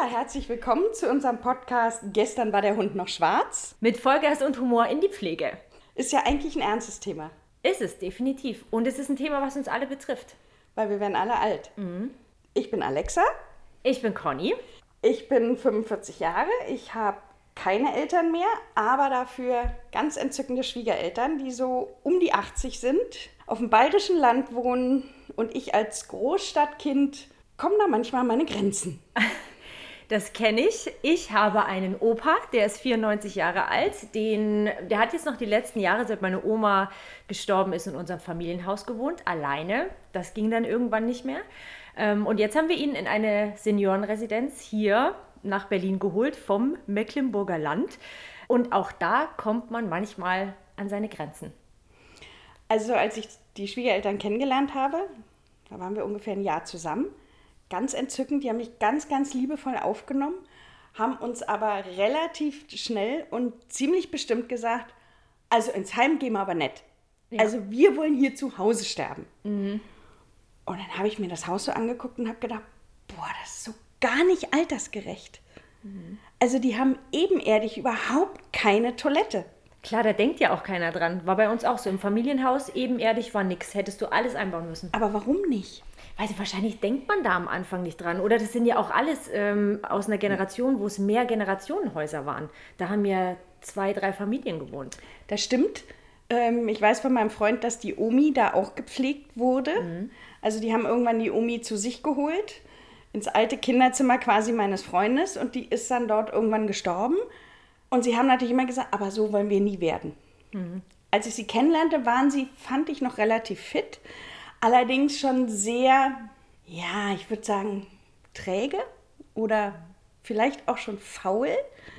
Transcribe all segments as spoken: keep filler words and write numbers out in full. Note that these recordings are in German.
herzlich willkommen zu unserem Podcast Gestern war der Hund noch schwarz. Mit Vollgas und Humor in die Pflege. Ist ja eigentlich ein ernstes Thema. Ist es, definitiv. Und es ist ein Thema, was uns alle betrifft. Weil wir werden alle alt. Mhm. Ich bin Alexa. Ich bin Conny. Ich bin fünfundvierzig Jahre. Ich habe keine Eltern mehr, aber dafür ganz entzückende Schwiegereltern, die so um die achtzig sind, auf dem bayerischen Land wohnen. Und ich als Großstadtkind komme da manchmal an meine Grenzen. Das kenne ich. Ich habe einen Opa, der ist vierundneunzig Jahre alt. Den, der hat jetzt noch die letzten Jahre, seit meine Oma gestorben ist, in unserem Familienhaus gewohnt, alleine. Das ging dann irgendwann nicht mehr. Und jetzt haben wir ihn in eine Seniorenresidenz hier nach Berlin geholt, vom Mecklenburger Land. Und auch da kommt man manchmal an seine Grenzen. Also als ich die Schwiegereltern kennengelernt habe, da waren wir ungefähr ein Jahr zusammen. Ganz entzückend, die haben mich ganz, ganz liebevoll aufgenommen, haben uns aber relativ schnell und ziemlich bestimmt gesagt, also ins Heim gehen wir aber nicht. Ja. Also wir wollen hier zu Hause sterben. Mhm. Und dann habe ich mir das Haus so angeguckt und habe gedacht, boah, das ist so gar nicht altersgerecht. Mhm. Also die haben ebenerdig überhaupt keine Toilette. Klar, da denkt ja auch keiner dran. War bei uns auch so. Im Familienhaus ebenerdig war nix. Hättest du alles einbauen müssen. Aber warum nicht? Weil wahrscheinlich denkt man da am Anfang nicht dran. Oder das sind ja auch alles ähm, aus einer Generation, wo es mehr Generationenhäuser waren. Da haben ja zwei, drei Familien gewohnt. Das stimmt. Ähm, ich weiß von meinem Freund, dass die Omi da auch gepflegt wurde. Mhm. Also die haben irgendwann die Omi zu sich geholt, ins alte Kinderzimmer quasi meines Freundes. Und die ist dann dort irgendwann gestorben. Und sie haben natürlich immer gesagt, aber so wollen wir nie werden. Mhm. Als ich sie kennenlernte, waren sie, fand ich, noch relativ fit. Allerdings schon sehr, ja, ich würde sagen, träge oder vielleicht auch schon faul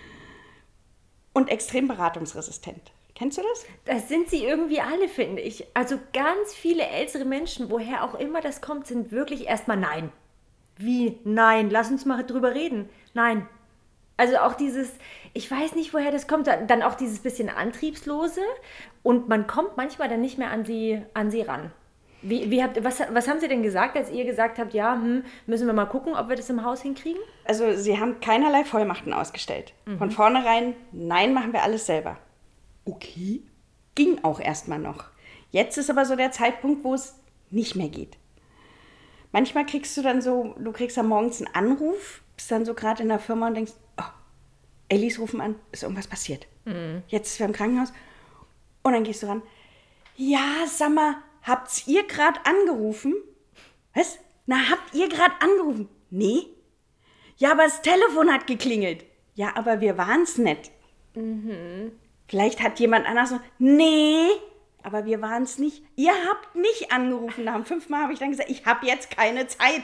und extrem beratungsresistent. Kennst du das? Das sind sie irgendwie alle, finde ich. Also ganz viele ältere Menschen, woher auch immer das kommt, sind wirklich erstmal nein. Wie? Nein, lass uns mal drüber reden. Nein. Also auch dieses, ich weiß nicht, woher das kommt, dann auch dieses bisschen Antriebslose und man kommt manchmal dann nicht mehr an sie, an sie ran. Wie, wie habt, was, was haben Sie denn gesagt, als ihr gesagt habt, ja, hm, müssen wir mal gucken, ob wir das im Haus hinkriegen? Also Sie haben keinerlei Vollmachten ausgestellt. Mhm. Von vornherein, nein, machen wir alles selber. Okay, ging auch erstmal noch. Jetzt ist aber so der Zeitpunkt, wo es nicht mehr geht. Manchmal kriegst du dann so, du kriegst dann morgens einen Anruf, bist dann so gerade in der Firma und denkst, oh, Ellis rufen an, ist irgendwas passiert. Mhm. Jetzt ist wir im Krankenhaus. Und dann gehst du ran, ja, sag mal, habt ihr gerade angerufen? Was? Na, habt ihr gerade angerufen? Nee. Ja, aber das Telefon hat geklingelt. Ja, aber wir waren's nicht. Mhm. Vielleicht hat jemand anders so, nee, aber wir waren's nicht. Ihr habt nicht angerufen. Nach fünfmal habe ich dann gesagt, ich habe jetzt keine Zeit.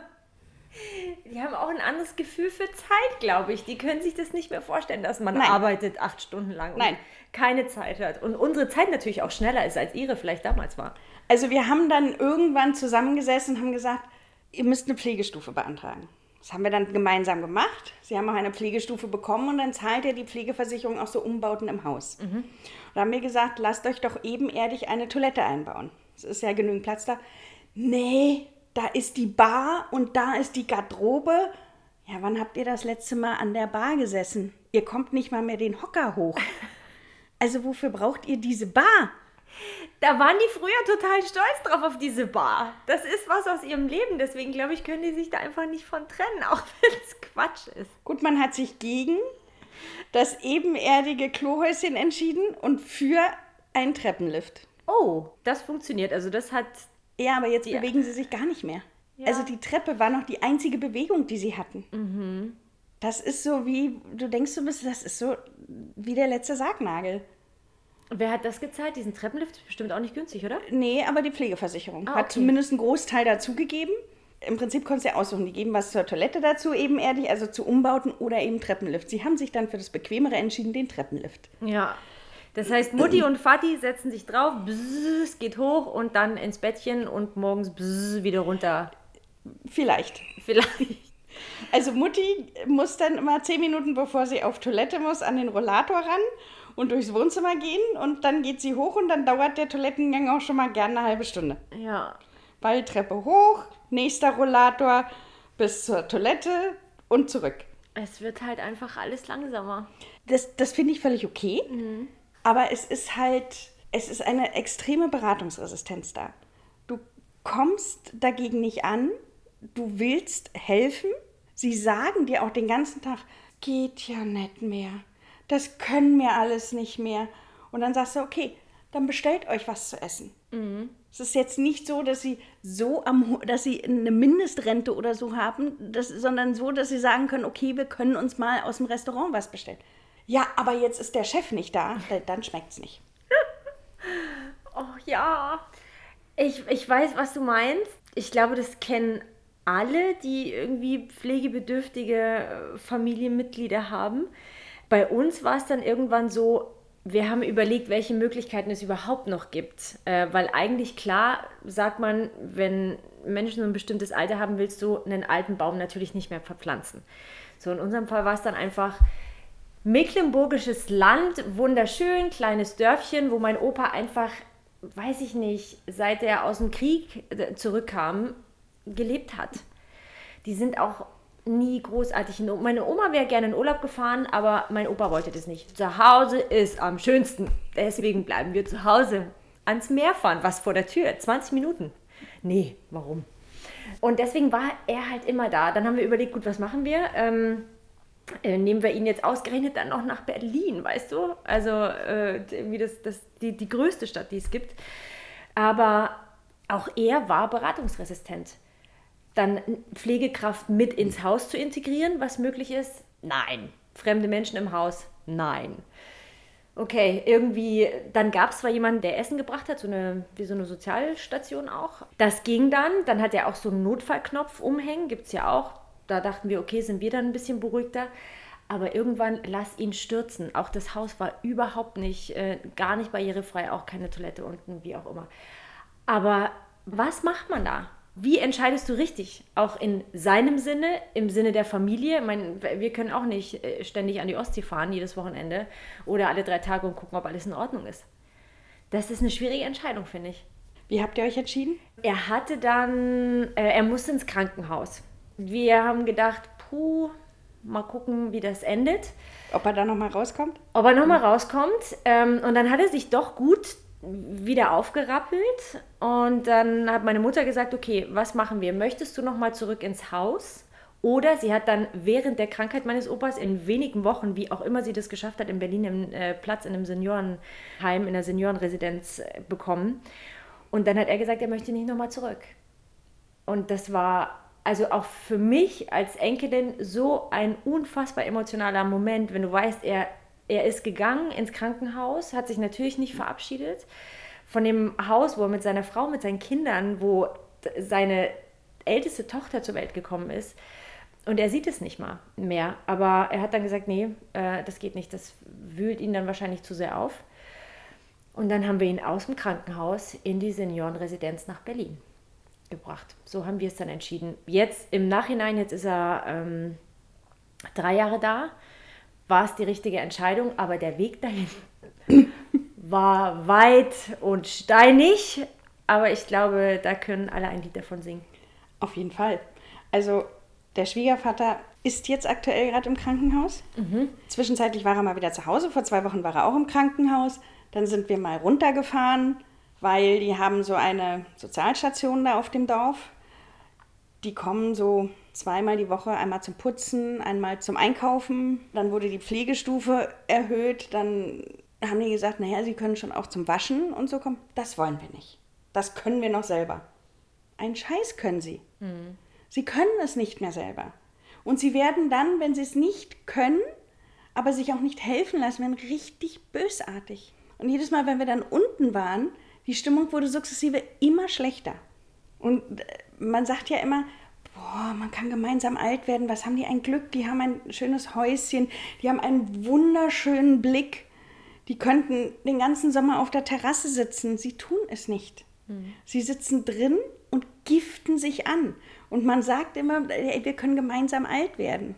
Die haben auch ein anderes Gefühl für Zeit, glaube ich. Die können sich das nicht mehr vorstellen, dass man Nein. arbeitet acht Stunden lang und Nein. keine Zeit hat. Und unsere Zeit natürlich auch schneller ist, als ihre vielleicht damals war. Also wir haben dann irgendwann zusammengesessen und haben gesagt, ihr müsst eine Pflegestufe beantragen. Das haben wir dann gemeinsam gemacht. Sie haben auch eine Pflegestufe bekommen und dann zahlt ja die Pflegeversicherung auch so Umbauten im Haus. Mhm. Und da haben wir gesagt, lasst euch doch ebenerdig eine Toilette einbauen. Es ist ja genügend Platz da. Nee, da ist die Bar und da ist die Garderobe. Ja, wann habt ihr das letzte Mal an der Bar gesessen? Ihr kommt nicht mal mehr den Hocker hoch. Also wofür braucht ihr diese Bar? Da waren die früher total stolz drauf auf diese Bar. Das ist was aus ihrem Leben. Deswegen, glaube ich, können die sich da einfach nicht von trennen, auch wenn es Quatsch ist. Gut, man hat sich gegen das ebenerdige Klohäuschen entschieden und für einen Treppenlift. Oh, das funktioniert. Also das hat... Ja, aber jetzt ja. bewegen sie sich gar nicht mehr. Ja. Also die Treppe war noch die einzige Bewegung, die sie hatten. Mhm. Das ist so wie, du denkst so ein bisschen, das ist so wie der letzte Sargnagel. Wer hat das gezahlt? Diesen Treppenlift ist bestimmt auch nicht günstig, oder? Nee, aber die Pflegeversicherung ah, hat okay. zumindest einen Großteil dazugegeben. Im Prinzip konntest du ja aussuchen, die geben was zur Toilette dazu, ebenerdig, also zu Umbauten oder eben Treppenlift. Sie haben sich dann für das Bequemere entschieden, den Treppenlift. Ja, das heißt, Mutti und Vati setzen sich drauf, bzzz, es geht hoch und dann ins Bettchen und morgens bzzz, wieder runter. Vielleicht. Vielleicht. Also Mutti muss dann immer zehn Minuten, bevor sie auf Toilette muss, an den Rollator ran und durchs Wohnzimmer gehen und dann geht sie hoch und dann dauert der Toilettengang auch schon mal gerne eine halbe Stunde. Ja. Weil Treppe hoch, nächster Rollator bis zur Toilette und zurück. Es wird halt einfach alles langsamer. Das, das finde ich völlig okay, mhm. aber es ist halt, es ist eine extreme Beratungsresistenz da. Du kommst dagegen nicht an, du willst helfen, sie sagen dir auch den ganzen Tag, geht ja nicht mehr, das können wir alles nicht mehr. Und dann sagst du, okay, dann bestellt euch was zu essen. Mhm. Es ist jetzt nicht so, dass sie so am, dass sie eine Mindestrente oder so haben, das, sondern so, dass sie sagen können, okay, wir können uns mal aus dem Restaurant was bestellen. Ja, aber jetzt ist der Chef nicht da, dann schmeckt es nicht. Oh ja, ich, ich weiß, was du meinst. Ich glaube, das kennen alle, die irgendwie pflegebedürftige Familienmitglieder haben. Bei uns war es dann irgendwann so, wir haben überlegt, welche Möglichkeiten es überhaupt noch gibt. Äh, weil eigentlich klar, sagt man, wenn Menschen ein bestimmtes Alter haben, willst du einen alten Baum natürlich nicht mehr verpflanzen. So, in unserem Fall war es dann einfach mecklenburgisches Land, wunderschön, kleines Dörfchen, wo mein Opa einfach, weiß ich nicht, seit er aus dem Krieg zurückkam, gelebt hat. Die sind auch nie großartig. Meine Oma wäre gerne in Urlaub gefahren, aber mein Opa wollte das nicht. Zu Hause ist am schönsten. Deswegen bleiben wir zu Hause. Ans Meer fahren, was vor der Tür? zwanzig Minuten. Nee, warum? Und deswegen war er halt immer da. Dann haben wir überlegt, gut, was machen wir? Ähm, äh, nehmen wir ihn jetzt ausgerechnet dann noch nach Berlin, weißt du? Also äh, irgendwie das, das, die, die größte Stadt, die es gibt. Aber auch er war beratungsresistent. Dann Pflegekraft mit ins Haus zu integrieren, was möglich ist? Nein. Fremde Menschen im Haus? Nein. Okay, irgendwie, dann gab es zwar jemanden, der Essen gebracht hat, so eine, wie so eine Sozialstation auch. Das ging dann, dann hat er auch so einen Notfallknopf umhängen, gibt es ja auch. Da dachten wir, okay, sind wir dann ein bisschen beruhigter. Aber irgendwann, lass ihn stürzen. Auch das Haus war überhaupt nicht, äh, gar nicht barrierefrei, auch keine Toilette unten, wie auch immer. Aber was macht man da? Wie entscheidest du richtig? Auch in seinem Sinne, im Sinne der Familie. Ich meine, wir können auch nicht ständig an die Ostsee fahren, jedes Wochenende oder alle drei Tage und gucken, ob alles in Ordnung ist. Das ist eine schwierige Entscheidung, finde ich. Wie habt ihr euch entschieden? Er hatte dann, äh, er musste ins Krankenhaus. Wir haben gedacht, puh, mal gucken, wie das endet. Ob er da nochmal rauskommt? Ob er nochmal rauskommt. Ähm, und dann hat er sich doch gut wieder aufgerappelt und dann hat meine Mutter gesagt, okay, was machen wir? Möchtest du nochmal zurück ins Haus? Oder sie hat dann während der Krankheit meines Opas in wenigen Wochen, wie auch immer sie das geschafft hat, in Berlin einen äh, Platz in einem Seniorenheim, in einer Seniorenresidenz äh, bekommen. Und dann hat er gesagt, er möchte nicht nochmal zurück. Und das war also auch für mich als Enkelin so ein unfassbar emotionaler Moment, wenn du weißt, er Er ist gegangen ins Krankenhaus, hat sich natürlich nicht verabschiedet von dem Haus, wo er mit seiner Frau, mit seinen Kindern, wo seine älteste Tochter zur Welt gekommen ist. Und er sieht es nicht mal mehr. Aber er hat dann gesagt, nee, äh, das geht nicht, das wühlt ihn dann wahrscheinlich zu sehr auf. Und dann haben wir ihn aus dem Krankenhaus in die Seniorenresidenz nach Berlin gebracht. So haben wir es dann entschieden. Jetzt im Nachhinein, jetzt ist er ähm, drei Jahre da, war es die richtige Entscheidung, aber der Weg dahin war weit und steinig, aber ich glaube, da können alle ein Lied davon singen. Auf jeden Fall. Also der Schwiegervater ist jetzt aktuell gerade im Krankenhaus. Mhm. Zwischenzeitlich war er mal wieder zu Hause, vor zwei Wochen war er auch im Krankenhaus. Dann sind wir mal runtergefahren, weil die haben so eine Sozialstation da auf dem Dorf. Die kommen so zweimal die Woche, einmal zum Putzen, einmal zum Einkaufen. Dann wurde die Pflegestufe erhöht. Dann haben die gesagt, naja, sie können schon auch zum Waschen und so kommen. Das wollen wir nicht. Das können wir noch selber. Einen Scheiß können sie. Mhm. Sie können es nicht mehr selber. Und sie werden dann, wenn sie es nicht können, aber sich auch nicht helfen lassen, werden richtig bösartig. Und jedes Mal, wenn wir dann unten waren, die Stimmung wurde sukzessive immer schlechter. Und man sagt ja immer, boah, man kann gemeinsam alt werden, was haben die ein Glück, die haben ein schönes Häuschen, die haben einen wunderschönen Blick, die könnten den ganzen Sommer auf der Terrasse sitzen, sie tun es nicht. Mhm. Sie sitzen drin und giften sich an. Und man sagt immer, ey, wir können gemeinsam alt werden.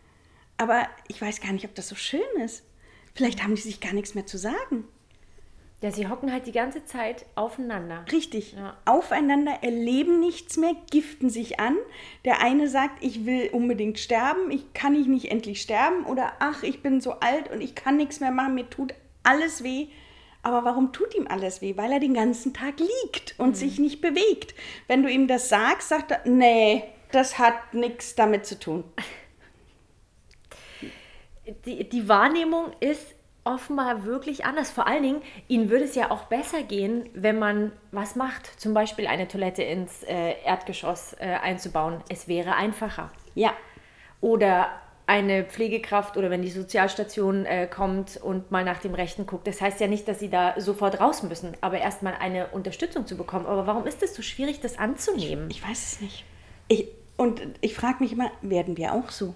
Aber ich weiß gar nicht, ob das so schön ist. Vielleicht haben die sich gar nichts mehr zu sagen. Ja, sie hocken halt die ganze Zeit aufeinander. Richtig. Ja. Aufeinander, erleben nichts mehr, giften sich an. Der eine sagt, ich will unbedingt sterben, ich kann ich nicht endlich sterben. Oder ach, ich bin so alt und ich kann nichts mehr machen, mir tut alles weh. Aber warum tut ihm alles weh? Weil er den ganzen Tag liegt und mhm. sich nicht bewegt. Wenn du ihm das sagst, sagt er, nee, das hat nichts damit zu tun. Die, die Wahrnehmung ist offenbar wirklich anders. Vor allen Dingen, ihnen würde es ja auch besser gehen, wenn man was macht. Zum Beispiel eine Toilette ins äh, Erdgeschoss äh, einzubauen. Es wäre einfacher. Ja. Oder eine Pflegekraft oder wenn die Sozialstation äh, kommt und mal nach dem Rechten guckt. Das heißt ja nicht, dass sie da sofort raus müssen, aber erstmal eine Unterstützung zu bekommen. Aber warum ist es so schwierig, das anzunehmen? Ich, ich weiß es nicht. Ich, und ich frage mich immer, werden wir auch so?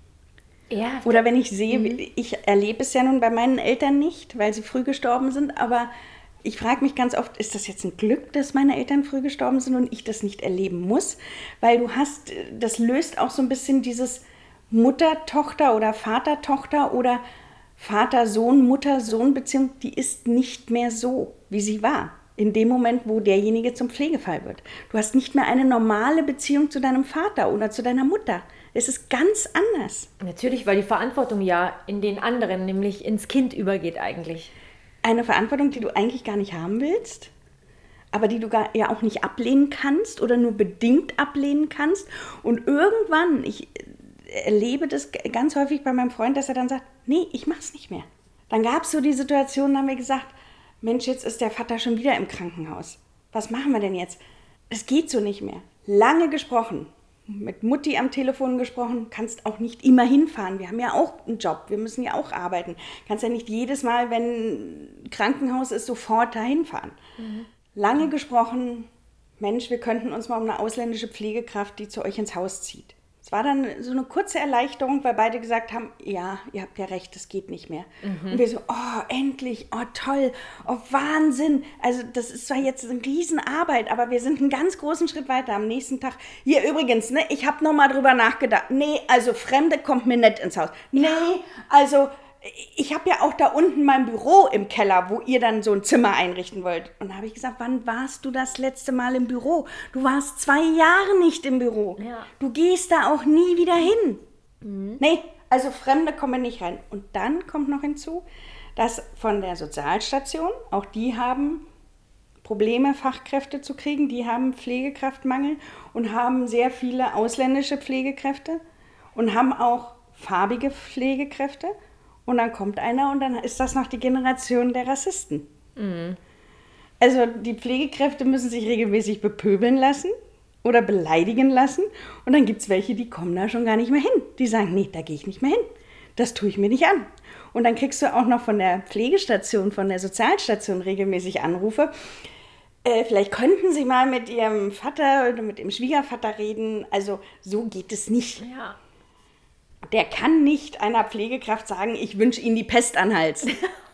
Ja. Oder wenn ich sehe, mhm. ich erlebe es ja nun bei meinen Eltern nicht, weil sie früh gestorben sind, aber ich frage mich ganz oft, ist das jetzt ein Glück, dass meine Eltern früh gestorben sind und ich das nicht erleben muss? Weil du hast, das löst auch so ein bisschen dieses Mutter-Tochter oder Vater-Tochter oder Vater-Sohn, Mutter-Sohn-Beziehung, die ist nicht mehr so, wie sie war. In dem Moment, wo derjenige zum Pflegefall wird. Du hast nicht mehr eine normale Beziehung zu deinem Vater oder zu deiner Mutter. Es ist ganz anders. Natürlich, weil die Verantwortung ja in den anderen, nämlich ins Kind übergeht eigentlich. Eine Verantwortung, die du eigentlich gar nicht haben willst, aber die du gar, ja auch nicht ablehnen kannst oder nur bedingt ablehnen kannst. Und irgendwann, ich erlebe das ganz häufig bei meinem Freund, dass er dann sagt, nee, ich mach's nicht mehr. Dann gab es so die Situation, da haben wir gesagt, Mensch, jetzt ist der Vater schon wieder im Krankenhaus. Was machen wir denn jetzt? Es geht so nicht mehr. Lange gesprochen, mit Mutti am Telefon gesprochen, kannst auch nicht immer hinfahren. Wir haben ja auch einen Job, wir müssen ja auch arbeiten. Kannst ja nicht jedes Mal, wenn Krankenhaus ist, sofort dahin fahren. Mhm. Lange gesprochen, Mensch, wir könnten uns mal um eine ausländische Pflegekraft, die zu euch ins Haus zieht. Es war dann so eine kurze Erleichterung, weil beide gesagt haben, ja, ihr habt ja recht, das geht nicht mehr. Mhm. Und wir so, oh, endlich, oh, toll, oh, Wahnsinn. Also das ist zwar jetzt eine Riesenarbeit, aber wir sind einen ganz großen Schritt weiter. Am nächsten Tag, hier übrigens, ne, ich habe nochmal drüber nachgedacht. Nee, also Fremde kommt mir nicht ins Haus. Nee, also ich habe ja auch da unten mein Büro im Keller, wo ihr dann so ein Zimmer einrichten wollt. Und da habe ich gesagt, wann warst du das letzte Mal im Büro? Du warst zwei Jahre nicht im Büro. Ja. Du gehst da auch nie wieder hin. Mhm. Nee, also Fremde kommen nicht rein. Und dann kommt noch hinzu, dass von der Sozialstation, auch die haben Probleme, Fachkräfte zu kriegen. Die haben Pflegekraftmangel und haben sehr viele ausländische Pflegekräfte und haben auch farbige Pflegekräfte. Und dann kommt einer und dann ist das noch die Generation der Rassisten. Mhm. Also die Pflegekräfte müssen sich regelmäßig bepöbeln lassen oder beleidigen lassen. Und dann gibt es welche, die kommen da schon gar nicht mehr hin. Die sagen, nee, da gehe ich nicht mehr hin. Das tue ich mir nicht an. Und dann kriegst du auch noch von der Pflegestation, von der Sozialstation regelmäßig Anrufe. Äh, vielleicht könnten Sie mal mit Ihrem Vater oder mit dem Schwiegervater reden. Also so geht es nicht. Ja. Der kann nicht einer Pflegekraft sagen, ich wünsche Ihnen die Pest an den Hals.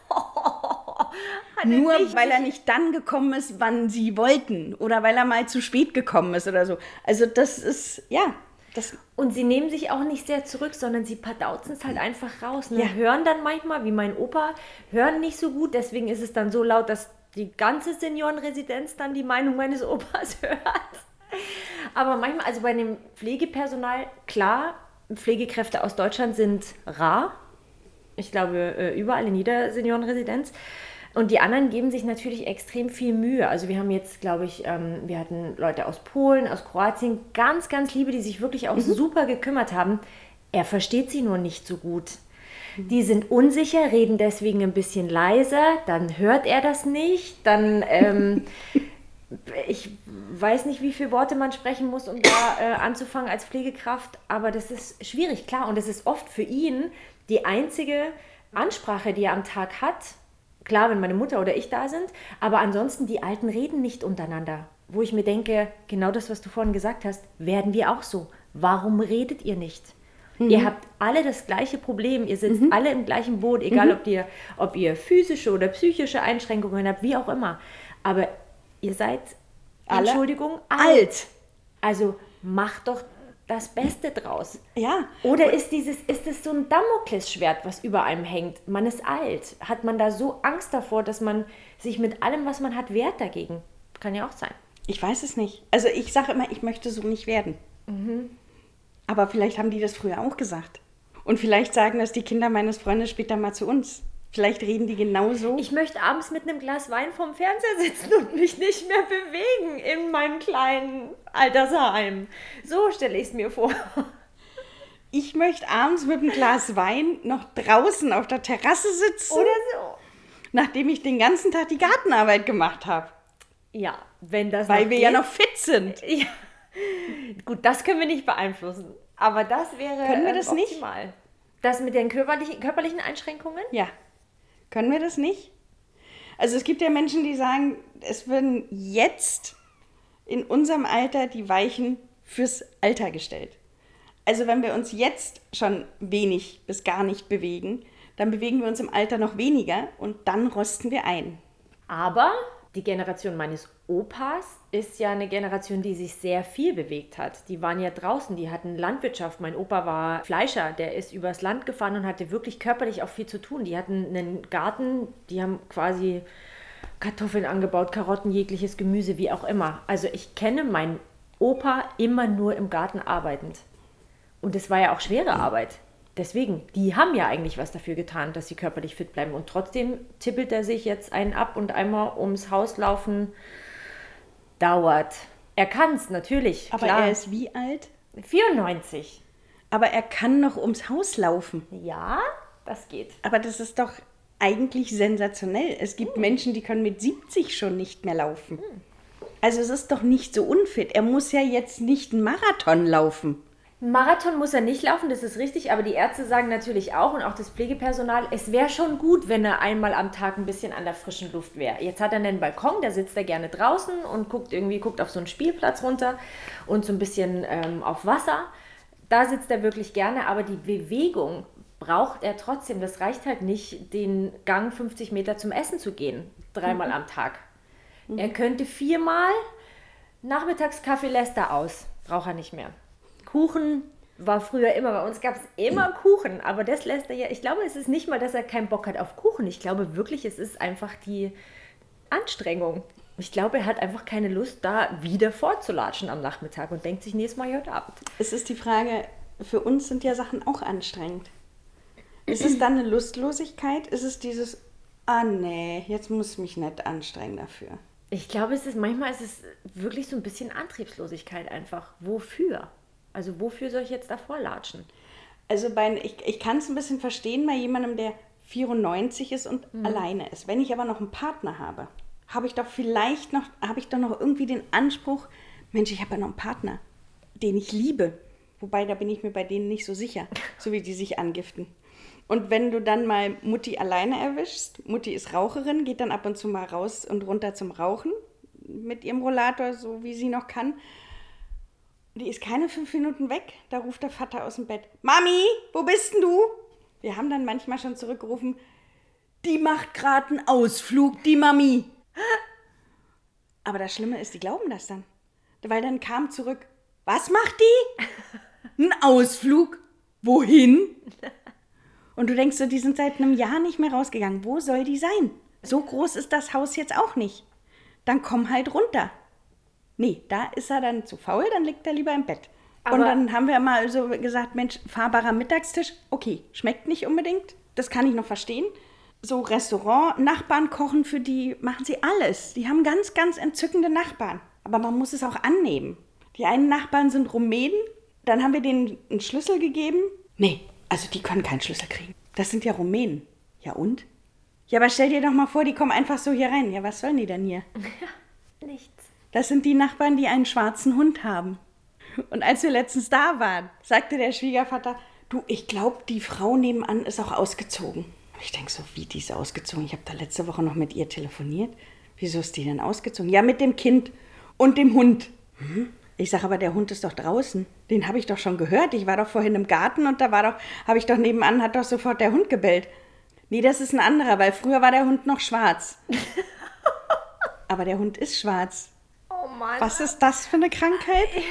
Nur nicht, weil er nicht dann gekommen ist, wann Sie wollten. Oder weil er mal zu spät gekommen ist oder so. Also das ist, ja. Das und sie nehmen sich auch nicht sehr zurück, sondern sie padauzen es halt einfach raus. Ne? Ja. Hören dann manchmal, wie mein Opa, hören nicht so gut. Deswegen ist es dann so laut, dass die ganze Seniorenresidenz dann die Meinung meines Opas hört. Aber manchmal, also bei dem Pflegepersonal, klar, Pflegekräfte aus Deutschland sind rar. Ich glaube, überall in jeder Seniorenresidenz. Und die anderen geben sich natürlich extrem viel Mühe. Also wir haben jetzt, glaube ich, ähm, wir hatten Leute aus Polen, aus Kroatien, ganz, ganz liebe, die sich wirklich auch mhm. super gekümmert haben. Er versteht sie nur nicht so gut. Mhm. Die sind unsicher, reden deswegen ein bisschen leiser, dann hört er das nicht, dann... Ähm, ich weiß nicht, wie viele Worte man sprechen muss, um da äh, anzufangen als Pflegekraft, aber das ist schwierig, klar. Und das ist oft für ihn die einzige Ansprache, die er am Tag hat. Klar, wenn meine Mutter oder ich da sind, aber ansonsten, die Alten reden nicht untereinander. Wo ich mir denke, genau das, was du vorhin gesagt hast, werden wir auch so. Warum redet ihr nicht? Mhm. Ihr habt alle das gleiche Problem, ihr sitzt mhm. alle im gleichen Boot, egal mhm. ob, ihr, ob ihr physische oder psychische Einschränkungen habt, wie auch immer. Aber ihr seid, alle Entschuldigung, alt. Also macht doch das Beste draus. Ja. Oder ist dieses, ist es so ein Damoklesschwert, was über einem hängt? Man ist alt. Hat man da so Angst davor, dass man sich mit allem, was man hat, wehrt dagegen? Kann ja auch sein. Ich weiß es nicht. Also ich sage immer, ich möchte so nicht werden. Mhm. Aber vielleicht haben die das früher auch gesagt. Und vielleicht sagen das die Kinder meines Freundes später mal zu uns. Vielleicht reden die genauso. Ich möchte abends mit einem Glas Wein vorm Fernseher sitzen und mich nicht mehr bewegen in meinem kleinen Altersheim. So stelle ich es mir vor. Ich möchte abends mit einem Glas Wein noch draußen auf der Terrasse sitzen. Oder so. Nachdem ich den ganzen Tag die Gartenarbeit gemacht habe. Ja, wenn das Weil wir geht. ja noch fit sind. Ja. Gut, das können wir nicht beeinflussen. Aber das wäre können wir das optimal. Nicht? Das mit den körperlichen, körperlichen Einschränkungen? Ja. Können wir das nicht? Also es gibt ja Menschen, die sagen, es würden jetzt in unserem Alter die Weichen fürs Alter gestellt. Also wenn wir uns jetzt schon wenig bis gar nicht bewegen, dann bewegen wir uns im Alter noch weniger und dann rosten wir ein. Aber die Generation meines Opas ist ja eine Generation, die sich sehr viel bewegt hat. Die waren ja draußen, die hatten Landwirtschaft. Mein Opa war Fleischer, der ist übers Land gefahren und hatte wirklich körperlich auch viel zu tun. Die hatten einen Garten, die haben quasi Kartoffeln angebaut, Karotten, jegliches Gemüse, wie auch immer. Also ich kenne meinen Opa immer nur im Garten arbeitend. Und es war ja auch schwere Arbeit. Deswegen, die haben ja eigentlich was dafür getan, dass sie körperlich fit bleiben. Und trotzdem tippelt er sich jetzt einen ab und einmal ums Haus laufen. Dauert. Er kann es, natürlich. Aber klar. Er ist wie alt? vierundneunzig. Aber er kann noch ums Haus laufen. Ja, das geht. Aber das ist doch eigentlich sensationell. Es gibt hm. Menschen, die können mit siebzig schon nicht mehr laufen. Hm. Also es ist doch nicht so unfit. Er muss ja jetzt nicht einen Marathon laufen. Marathon muss er nicht laufen, das ist richtig, aber die Ärzte sagen natürlich auch und auch das Pflegepersonal, es wäre schon gut, wenn er einmal am Tag ein bisschen an der frischen Luft wäre. Jetzt hat er einen Balkon, da sitzt er gerne draußen und guckt irgendwie guckt auf so einen Spielplatz runter und so ein bisschen ähm, auf Wasser. Da sitzt er wirklich gerne, aber die Bewegung braucht er trotzdem. Das reicht halt nicht, den Gang fünfzig Meter zum Essen zu gehen, dreimal mhm. am Tag. Mhm. Er könnte viermal, Nachmittagskaffee lässt er aus, braucht er nicht mehr. Kuchen war früher immer, bei uns gab es immer Kuchen, aber das lässt er ja, ich glaube, es ist nicht mal, dass er keinen Bock hat auf Kuchen, ich glaube wirklich, es ist einfach die Anstrengung. Ich glaube, er hat einfach keine Lust, da wieder fortzulatschen am Nachmittag und denkt sich nächstes Mal heute Abend. Es ist die Frage, für uns sind ja Sachen auch anstrengend. Ist es dann eine Lustlosigkeit? Ist es dieses, ah nee, jetzt muss ich mich nicht anstrengen dafür? Ich glaube, es ist manchmal ist es wirklich so ein bisschen Antriebslosigkeit einfach. Wofür? Also wofür soll ich jetzt davor latschen? Also bei, ich, ich kann es ein bisschen verstehen bei jemandem, der vierundneunzig ist und mhm. alleine ist. Wenn ich aber noch einen Partner habe, habe ich doch vielleicht noch, habe ich doch noch irgendwie den Anspruch, Mensch, ich habe ja noch einen Partner, den ich liebe. Wobei, da bin ich mir bei denen nicht so sicher, so wie die sich angiften. Und wenn du dann mal Mutti alleine erwischst, Mutti ist Raucherin, geht dann ab und zu mal raus und runter zum Rauchen mit ihrem Rollator, so wie sie noch kann. Die ist keine fünf Minuten weg, da ruft der Vater aus dem Bett. Mami, wo bist denn du? Wir haben dann manchmal schon zurückgerufen, die macht gerade einen Ausflug, die Mami. Aber das Schlimme ist, die glauben das dann. Weil dann kam zurück, was macht die? Ein Ausflug? Wohin? Und du denkst so, die sind seit einem Jahr nicht mehr rausgegangen. Wo soll die sein? So groß ist das Haus jetzt auch nicht. Dann komm halt runter. Nee, da ist er dann zu faul, dann liegt er lieber im Bett. Aber und dann haben wir mal so gesagt, Mensch, fahrbarer Mittagstisch, okay, schmeckt nicht unbedingt, das kann ich noch verstehen. So Restaurant, Nachbarn kochen für die, machen sie alles. Die haben ganz, ganz entzückende Nachbarn. Aber man muss es auch annehmen. Die einen Nachbarn sind Rumänen, dann haben wir denen einen Schlüssel gegeben. Nee, also die können keinen Schlüssel kriegen. Das sind ja Rumänen. Ja und? Ja, aber stell dir doch mal vor, die kommen einfach so hier rein. Ja, was sollen die denn hier? Ja, nichts. Das sind die Nachbarn, die einen schwarzen Hund haben. Und als wir letztens da waren, sagte der Schwiegervater, du, ich glaube, die Frau nebenan ist auch ausgezogen. Und ich denke so, wie, die ist ausgezogen? Ich habe da letzte Woche noch mit ihr telefoniert. Wieso ist die denn ausgezogen? Ja, mit dem Kind und dem Hund. Hm? Ich sage, aber der Hund ist doch draußen. Den habe ich doch schon gehört. Ich war doch vorhin im Garten und da war doch, habe ich doch nebenan, hat doch sofort der Hund gebellt. Nee, das ist ein anderer, weil früher war der Hund noch schwarz. Aber der Hund ist schwarz. Oh Mann. Was ist das für eine Krankheit?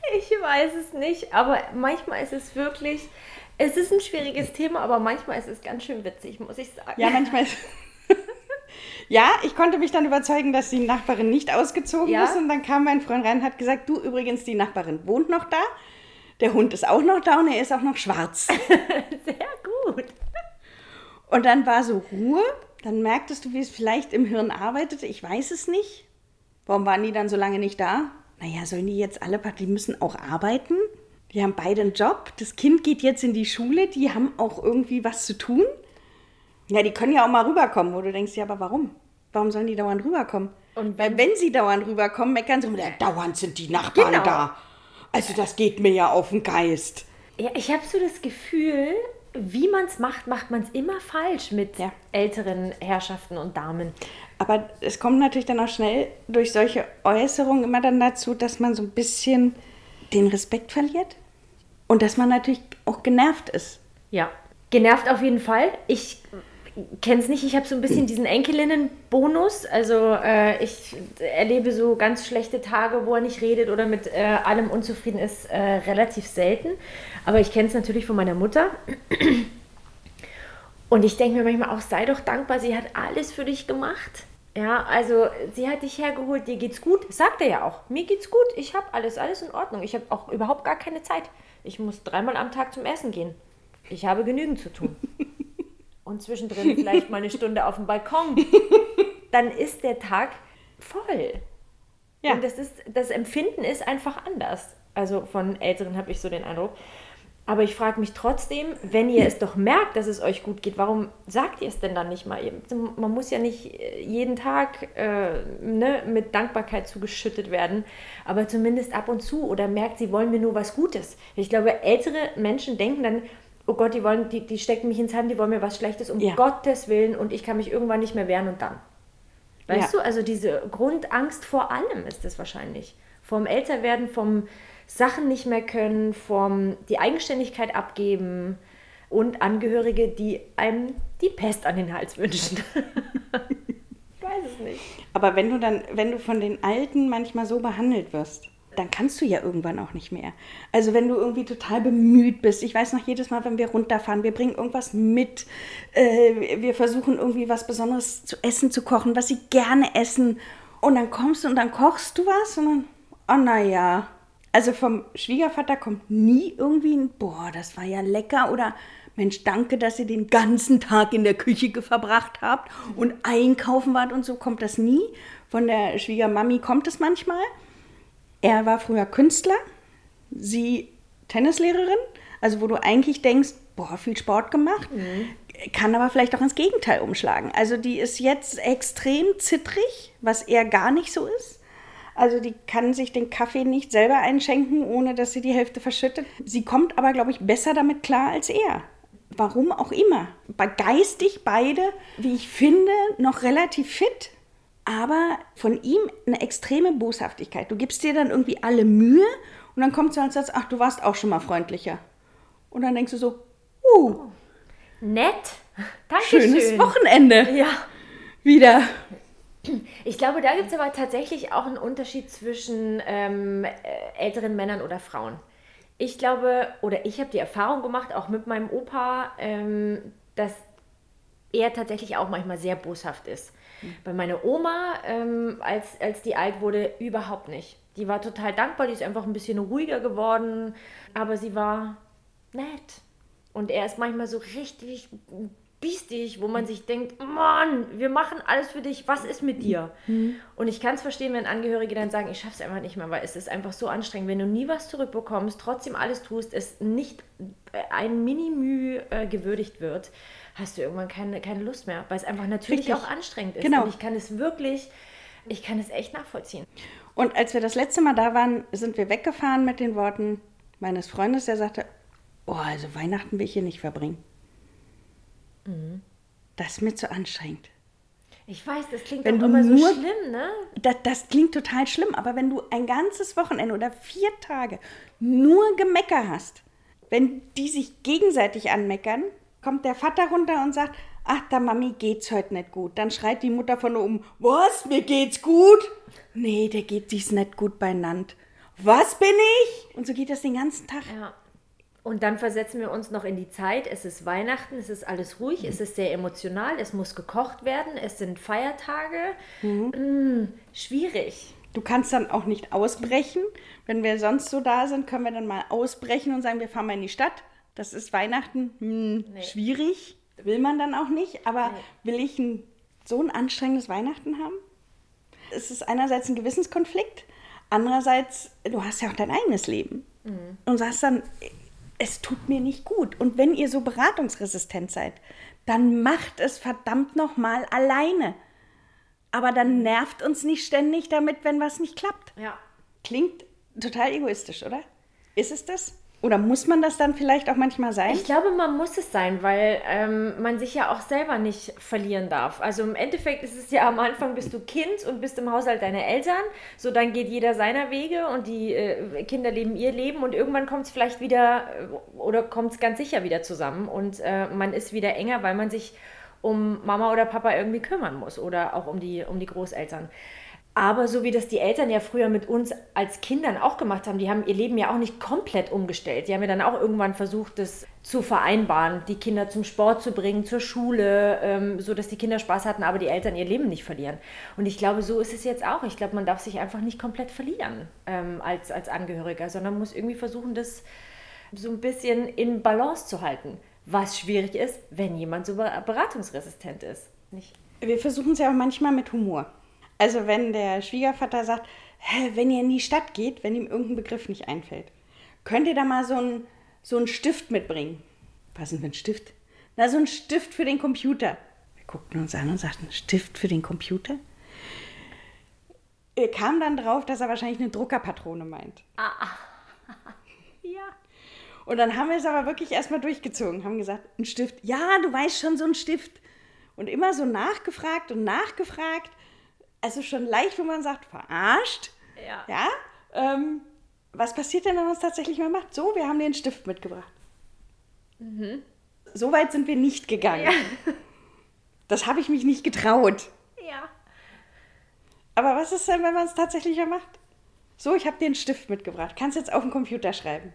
Ich weiß es nicht, aber manchmal ist es wirklich, es ist ein schwieriges Thema, aber manchmal ist es ganz schön witzig, muss ich sagen. Ja, manchmal ist... Ja, ich konnte mich dann überzeugen, dass die Nachbarin nicht ausgezogen Ja? ist. Und dann kam mein Freund rein und hat gesagt, du, übrigens, die Nachbarin wohnt noch da. Der Hund ist auch noch da und er ist auch noch schwarz. Sehr gut. Und dann war so Ruhe. Dann merktest du, wie es vielleicht im Hirn arbeitete. Ich weiß es nicht. Warum waren die dann so lange nicht da? Naja, sollen die jetzt alle, die müssen auch arbeiten. Die haben beide einen Job. Das Kind geht jetzt in die Schule. Die haben auch irgendwie was zu tun. Ja, die können ja auch mal rüberkommen, wo du denkst, ja, aber warum? Warum sollen die dauernd rüberkommen? Und Weil wenn sie dauernd rüberkommen, meckern sie, ja, dauernd sind die Nachbarn Genau. da. Also das geht mir ja auf den Geist. Ja, ich habe so das Gefühl, wie man es macht, macht man es immer falsch mit Ja. älteren Herrschaften und Damen. Aber es kommt natürlich dann auch schnell durch solche Äußerungen immer dann dazu, dass man so ein bisschen den Respekt verliert. Und dass man natürlich auch genervt ist. Ja, genervt auf jeden Fall. Ich kenne es nicht, ich habe so ein bisschen diesen Enkelinnen-Bonus. Also äh, ich erlebe so ganz schlechte Tage, wo er nicht redet oder mit äh, allem unzufrieden ist, äh, relativ selten. Aber ich kenne es natürlich von meiner Mutter. Und ich denke mir manchmal auch, sei doch dankbar, sie hat alles für dich gemacht. Ja, also sie hat dich hergeholt, dir geht's gut. Sagt er ja auch, mir geht's gut, ich habe alles, alles in Ordnung. Ich habe auch überhaupt gar keine Zeit. Ich muss dreimal am Tag zum Essen gehen. Ich habe genügend zu tun. Und zwischendrin vielleicht mal eine Stunde auf dem Balkon. Dann ist der Tag voll. Ja. Und das, ist, das Empfinden ist einfach anders. Also von Älteren habe ich so den Eindruck. Aber ich frage mich trotzdem, wenn ihr es doch merkt, dass es euch gut geht, warum sagt ihr es denn dann nicht mal? Man muss ja nicht jeden Tag äh, ne, mit Dankbarkeit zugeschüttet werden, aber zumindest ab und zu. Oder merkt, sie wollen mir nur was Gutes. Ich glaube, ältere Menschen denken dann, oh Gott, die, wollen, die, die stecken mich ins Heim, die wollen mir was Schlechtes, um Ja. Gottes Willen, und ich kann mich irgendwann nicht mehr wehren und dann. Weißt Ja. du, also diese Grundangst vor allem ist es wahrscheinlich. Vom Älterwerden, vom Sachen nicht mehr können, vom die Eigenständigkeit abgeben und Angehörige, die einem die Pest an den Hals wünschen. Ich weiß es nicht. Aber wenn du dann, wenn du von den Alten manchmal so behandelt wirst, dann kannst du ja irgendwann auch nicht mehr. Also wenn du irgendwie total bemüht bist. Ich weiß noch jedes Mal, wenn wir runterfahren, wir bringen irgendwas mit. Äh, wir versuchen irgendwie was Besonderes zu essen zu kochen, was sie gerne essen. Und dann kommst du und dann kochst du was und dann, oh naja. Also vom Schwiegervater kommt nie irgendwie ein, boah, das war ja lecker oder Mensch, danke, dass ihr den ganzen Tag in der Küche ge- verbracht habt und einkaufen wart und so, kommt das nie. Von der Schwiegermami kommt es manchmal. Er war früher Künstler, sie Tennislehrerin, also wo du eigentlich denkst, boah, viel Sport gemacht, kann aber vielleicht auch ins Gegenteil umschlagen. Also die ist jetzt extrem zittrig, was er gar nicht so ist. Also die kann sich den Kaffee nicht selber einschenken, ohne dass sie die Hälfte verschüttet. Sie kommt aber, glaube ich, besser damit klar als er. Warum auch immer. Geistig beide, wie ich finde, noch relativ fit. Aber von ihm eine extreme Boshaftigkeit. Du gibst dir dann irgendwie alle Mühe und dann kommt so als Satz, ach, du warst auch schon mal freundlicher. Und dann denkst du so, uh, Nett. Dankeschön. schönes Wochenende Ja. wieder. Ich glaube, da gibt es aber tatsächlich auch einen Unterschied zwischen ähm, äh, älteren Männern oder Frauen. Ich glaube, oder ich habe die Erfahrung gemacht, auch mit meinem Opa, ähm, dass er tatsächlich auch manchmal sehr boshaft ist. Mhm. Bei meiner Oma, ähm, als, als die alt wurde, überhaupt nicht. Die war total dankbar, die ist einfach ein bisschen ruhiger geworden, aber sie war nett. Und er ist manchmal so richtig biestig, wo man sich denkt, Mann, wir machen alles für dich, was ist mit dir? Mhm. Und ich kann es verstehen, wenn Angehörige dann sagen, ich schaff's einfach nicht mehr, weil es ist einfach so anstrengend, wenn du nie was zurückbekommst, trotzdem alles tust, es nicht ein Minimü äh, gewürdigt wird, hast du irgendwann keine, keine Lust mehr, weil es einfach natürlich Richtig. auch anstrengend ist. Genau. Und ich kann es wirklich, ich kann es echt nachvollziehen. Und als wir das letzte Mal da waren, sind wir weggefahren mit den Worten meines Freundes, der sagte, oh, also Weihnachten will ich hier nicht verbringen. Mhm. Das ist mir zu anstrengend. Ich weiß, das klingt Wenn auch du immer so nur- schlimm, ne? Das, das klingt total schlimm, aber wenn du ein ganzes Wochenende oder vier Tage nur Gemecker hast, wenn die sich gegenseitig anmeckern, kommt der Vater runter und sagt, ach, der Mami geht's heute nicht gut. Dann schreit die Mutter von oben, was, mir geht's gut? Nee, der geht dies nicht gut beieinander. was bin ich? Und so geht das den ganzen Tag. Ja. Und dann versetzen wir uns noch in die Zeit. Es ist Weihnachten, es ist alles ruhig, mhm. es ist sehr emotional, es muss gekocht werden, es sind Feiertage. Mhm. Mm, schwierig. Du kannst dann auch nicht ausbrechen. Wenn wir sonst so da sind, können wir dann mal ausbrechen und sagen, wir fahren mal in die Stadt. Das ist Weihnachten, hm, nee. schwierig. Will man dann auch nicht. Aber nee. will ich ein, so ein anstrengendes Weihnachten haben? Es ist einerseits ein Gewissenskonflikt, andererseits, du hast ja auch dein eigenes Leben. Mhm. Und sagst dann, es tut mir nicht gut. Und wenn ihr so beratungsresistent seid, dann macht es verdammt nochmal alleine. Aber dann nervt uns nicht ständig damit, wenn was nicht klappt. Ja. Klingt total egoistisch, oder? Ist es das? Oder muss man das dann vielleicht auch manchmal sein? Ich glaube, man muss es sein, weil ähm, man sich ja auch selber nicht verlieren darf. Also im Endeffekt ist es ja, am Anfang bist du Kind und bist im Haushalt deiner Eltern. So, dann geht jeder seiner Wege und die äh, Kinder leben ihr Leben. Und irgendwann kommt es vielleicht wieder, äh, oder kommt es ganz sicher wieder zusammen. Und äh, man ist wieder enger, weil man sich um Mama oder Papa irgendwie kümmern muss oder auch um die, um die Großeltern. Aber so wie das die Eltern ja früher mit uns als Kindern auch gemacht haben, die haben ihr Leben ja auch nicht komplett umgestellt. Die haben ja dann auch irgendwann versucht, das zu vereinbaren, die Kinder zum Sport zu bringen, zur Schule, ähm, so dass die Kinder Spaß hatten, aber die Eltern ihr Leben nicht verlieren. Und ich glaube, so ist es jetzt auch. Ich glaube, man darf sich einfach nicht komplett verlieren ähm, als, als Angehöriger, sondern muss irgendwie versuchen, das so ein bisschen in Balance zu halten. Was schwierig ist, wenn jemand so beratungsresistent ist. Nicht? Wir versuchen es ja auch manchmal mit Humor. Also wenn der Schwiegervater sagt, hä, wenn ihr in die Stadt geht, wenn ihm irgendein Begriff nicht einfällt, könnt ihr da mal so einen so einen Stift mitbringen? Was ist denn für ein Stift? Na, so ein Stift für den Computer. Wir guckten uns an und sagten, Stift für den Computer? Er kam dann drauf, dass er wahrscheinlich eine Druckerpatrone meint. Ah, ja. Und dann haben wir es aber wirklich erstmal durchgezogen, haben gesagt, ein Stift, ja, du weißt schon, so ein Stift. Und immer so nachgefragt und nachgefragt. Also schon leicht, wo man sagt, verarscht. Ja. Ja? Ähm, was passiert denn, wenn man es tatsächlich mal macht? So, wir haben dir einen Stift mitgebracht. Mhm. So weit sind wir nicht gegangen. Ja. Das habe ich mich nicht getraut. Ja. Aber was ist denn, wenn man es tatsächlich mal macht? So, ich habe dir einen Stift mitgebracht. Kannst jetzt auf dem Computer schreiben.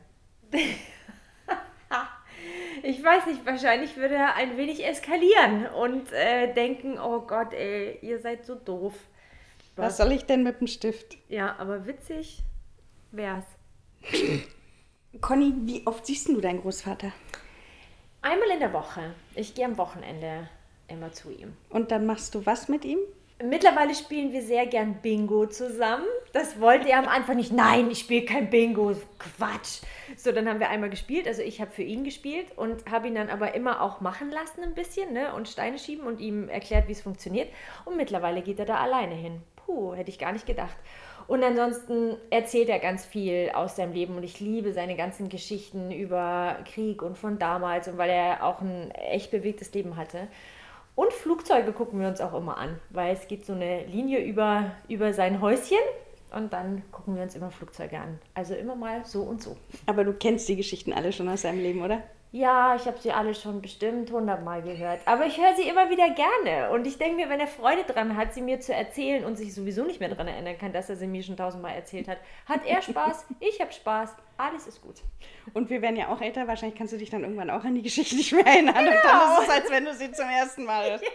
Ich weiß nicht, wahrscheinlich würde er ein wenig eskalieren und äh, denken, oh Gott, ey, ihr seid so doof. Was, Was soll ich denn mit dem Stift? Ja, aber witzig wär's. Conny, wie oft siehst du deinen Großvater? Einmal in der Woche. Ich gehe am Wochenende immer zu ihm. Und dann machst du was mit ihm? Mittlerweile spielen wir sehr gern Bingo zusammen. Das wollte er am Anfang nicht. Nein, ich spiele kein Bingo. Quatsch. So, dann haben wir einmal gespielt. Also ich habe für ihn gespielt und habe ihn dann aber immer auch machen lassen ein bisschen, ne? Und Steine schieben und ihm erklärt, wie es funktioniert. Und mittlerweile geht er da alleine hin. Puh, hätte ich gar nicht gedacht. Und ansonsten erzählt er ganz viel aus seinem Leben und ich liebe seine ganzen Geschichten über Krieg und von damals und weil er auch ein echt bewegtes Leben hatte. Und Flugzeuge gucken wir uns auch immer an, weil es geht so eine Linie über, über sein Häuschen und dann gucken wir uns immer Flugzeuge an. Also immer mal so und so. Aber du kennst die Geschichten alle schon aus deinem Leben, oder? Ja, ich habe sie alle schon bestimmt hundertmal gehört. Aber ich höre sie immer wieder gerne. Und ich denke mir, wenn er Freude dran hat, sie mir zu erzählen und sich sowieso nicht mehr daran erinnern kann, dass er sie mir schon tausendmal erzählt hat, hat er Spaß, ich habe Spaß, alles ist gut. Und wir werden ja auch älter, wahrscheinlich kannst du dich dann irgendwann auch an die Geschichte nicht mehr erinnern. Genau. Und dann ist es, als wenn du sie zum ersten Mal hörst.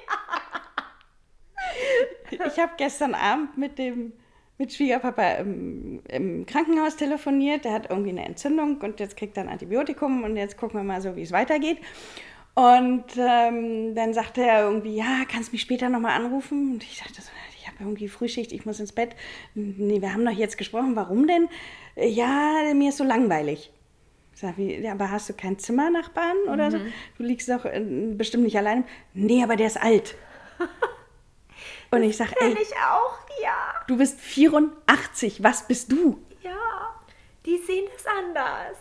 Ja. Ich habe gestern Abend mit dem mit Schwiegerpapa im, im Krankenhaus telefoniert. Der hat irgendwie eine Entzündung und jetzt kriegt er ein Antibiotikum und jetzt gucken wir mal so, wie es weitergeht. Und ähm, dann sagte er irgendwie, ja, kannst du mich später nochmal anrufen? Und ich sagte so, ich habe irgendwie Frühschicht, ich muss ins Bett. Nee, wir haben doch jetzt gesprochen, warum denn? Ja, mir ist so langweilig. Ich sag, wie, ja, aber hast du keinen Zimmernachbarn oder mhm. so? Du liegst doch äh, bestimmt nicht allein. Nee, aber der ist alt. Und ich sag, ey, ich auch, ja. Du bist vierundachtzig, was bist du? Ja, die sehen es anders.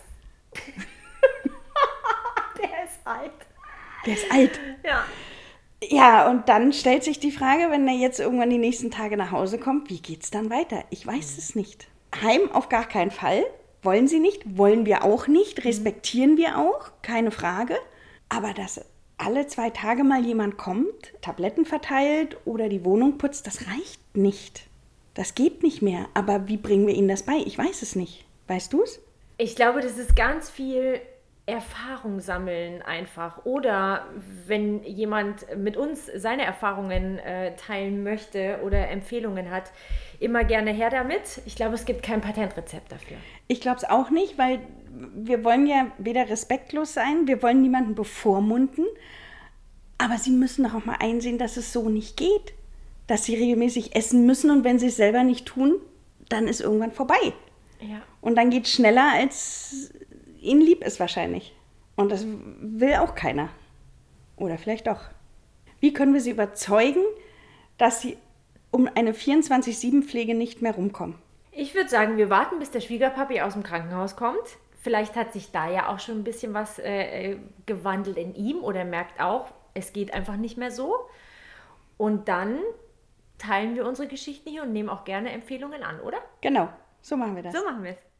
Der ist alt. Der ist alt. Ja. Ja, und dann stellt sich die Frage, wenn er jetzt irgendwann die nächsten Tage nach Hause kommt, wie geht's dann weiter? Ich weiß mhm. es nicht. Heim auf gar keinen Fall. Wollen sie nicht, wollen wir auch nicht, respektieren mhm. wir auch, keine Frage. Aber dass alle zwei Tage mal jemand kommt, Tabletten verteilt oder die Wohnung putzt, das reicht nicht. Das geht nicht mehr. Aber wie bringen wir ihnen das bei? Ich weiß es nicht. Weißt du es? Ich glaube, das ist ganz viel Erfahrung sammeln einfach. Oder wenn jemand mit uns seine Erfahrungen äh, teilen möchte oder Empfehlungen hat, immer gerne her damit. Ich glaube, es gibt kein Patentrezept dafür. Ich glaube es auch nicht, weil wir wollen ja weder respektlos sein, wir wollen niemanden bevormunden, aber sie müssen doch auch mal einsehen, dass es so nicht geht. Dass sie regelmäßig essen müssen und wenn sie es selber nicht tun, dann ist irgendwann vorbei. Ja. Und dann geht es schneller, als ihnen lieb ist wahrscheinlich. Und das will auch keiner. Oder vielleicht doch. Wie können wir sie überzeugen, dass sie um eine vierundzwanzig sieben Pflege nicht mehr rumkommen? Ich würde sagen, wir warten, bis der Schwiegerpapi aus dem Krankenhaus kommt. Vielleicht hat sich da ja auch schon ein bisschen was äh, gewandelt in ihm oder merkt auch, es geht einfach nicht mehr so. Und dann teilen wir unsere Geschichten hier und nehmen auch gerne Empfehlungen an, oder? Genau, so machen wir das. So machen wir es.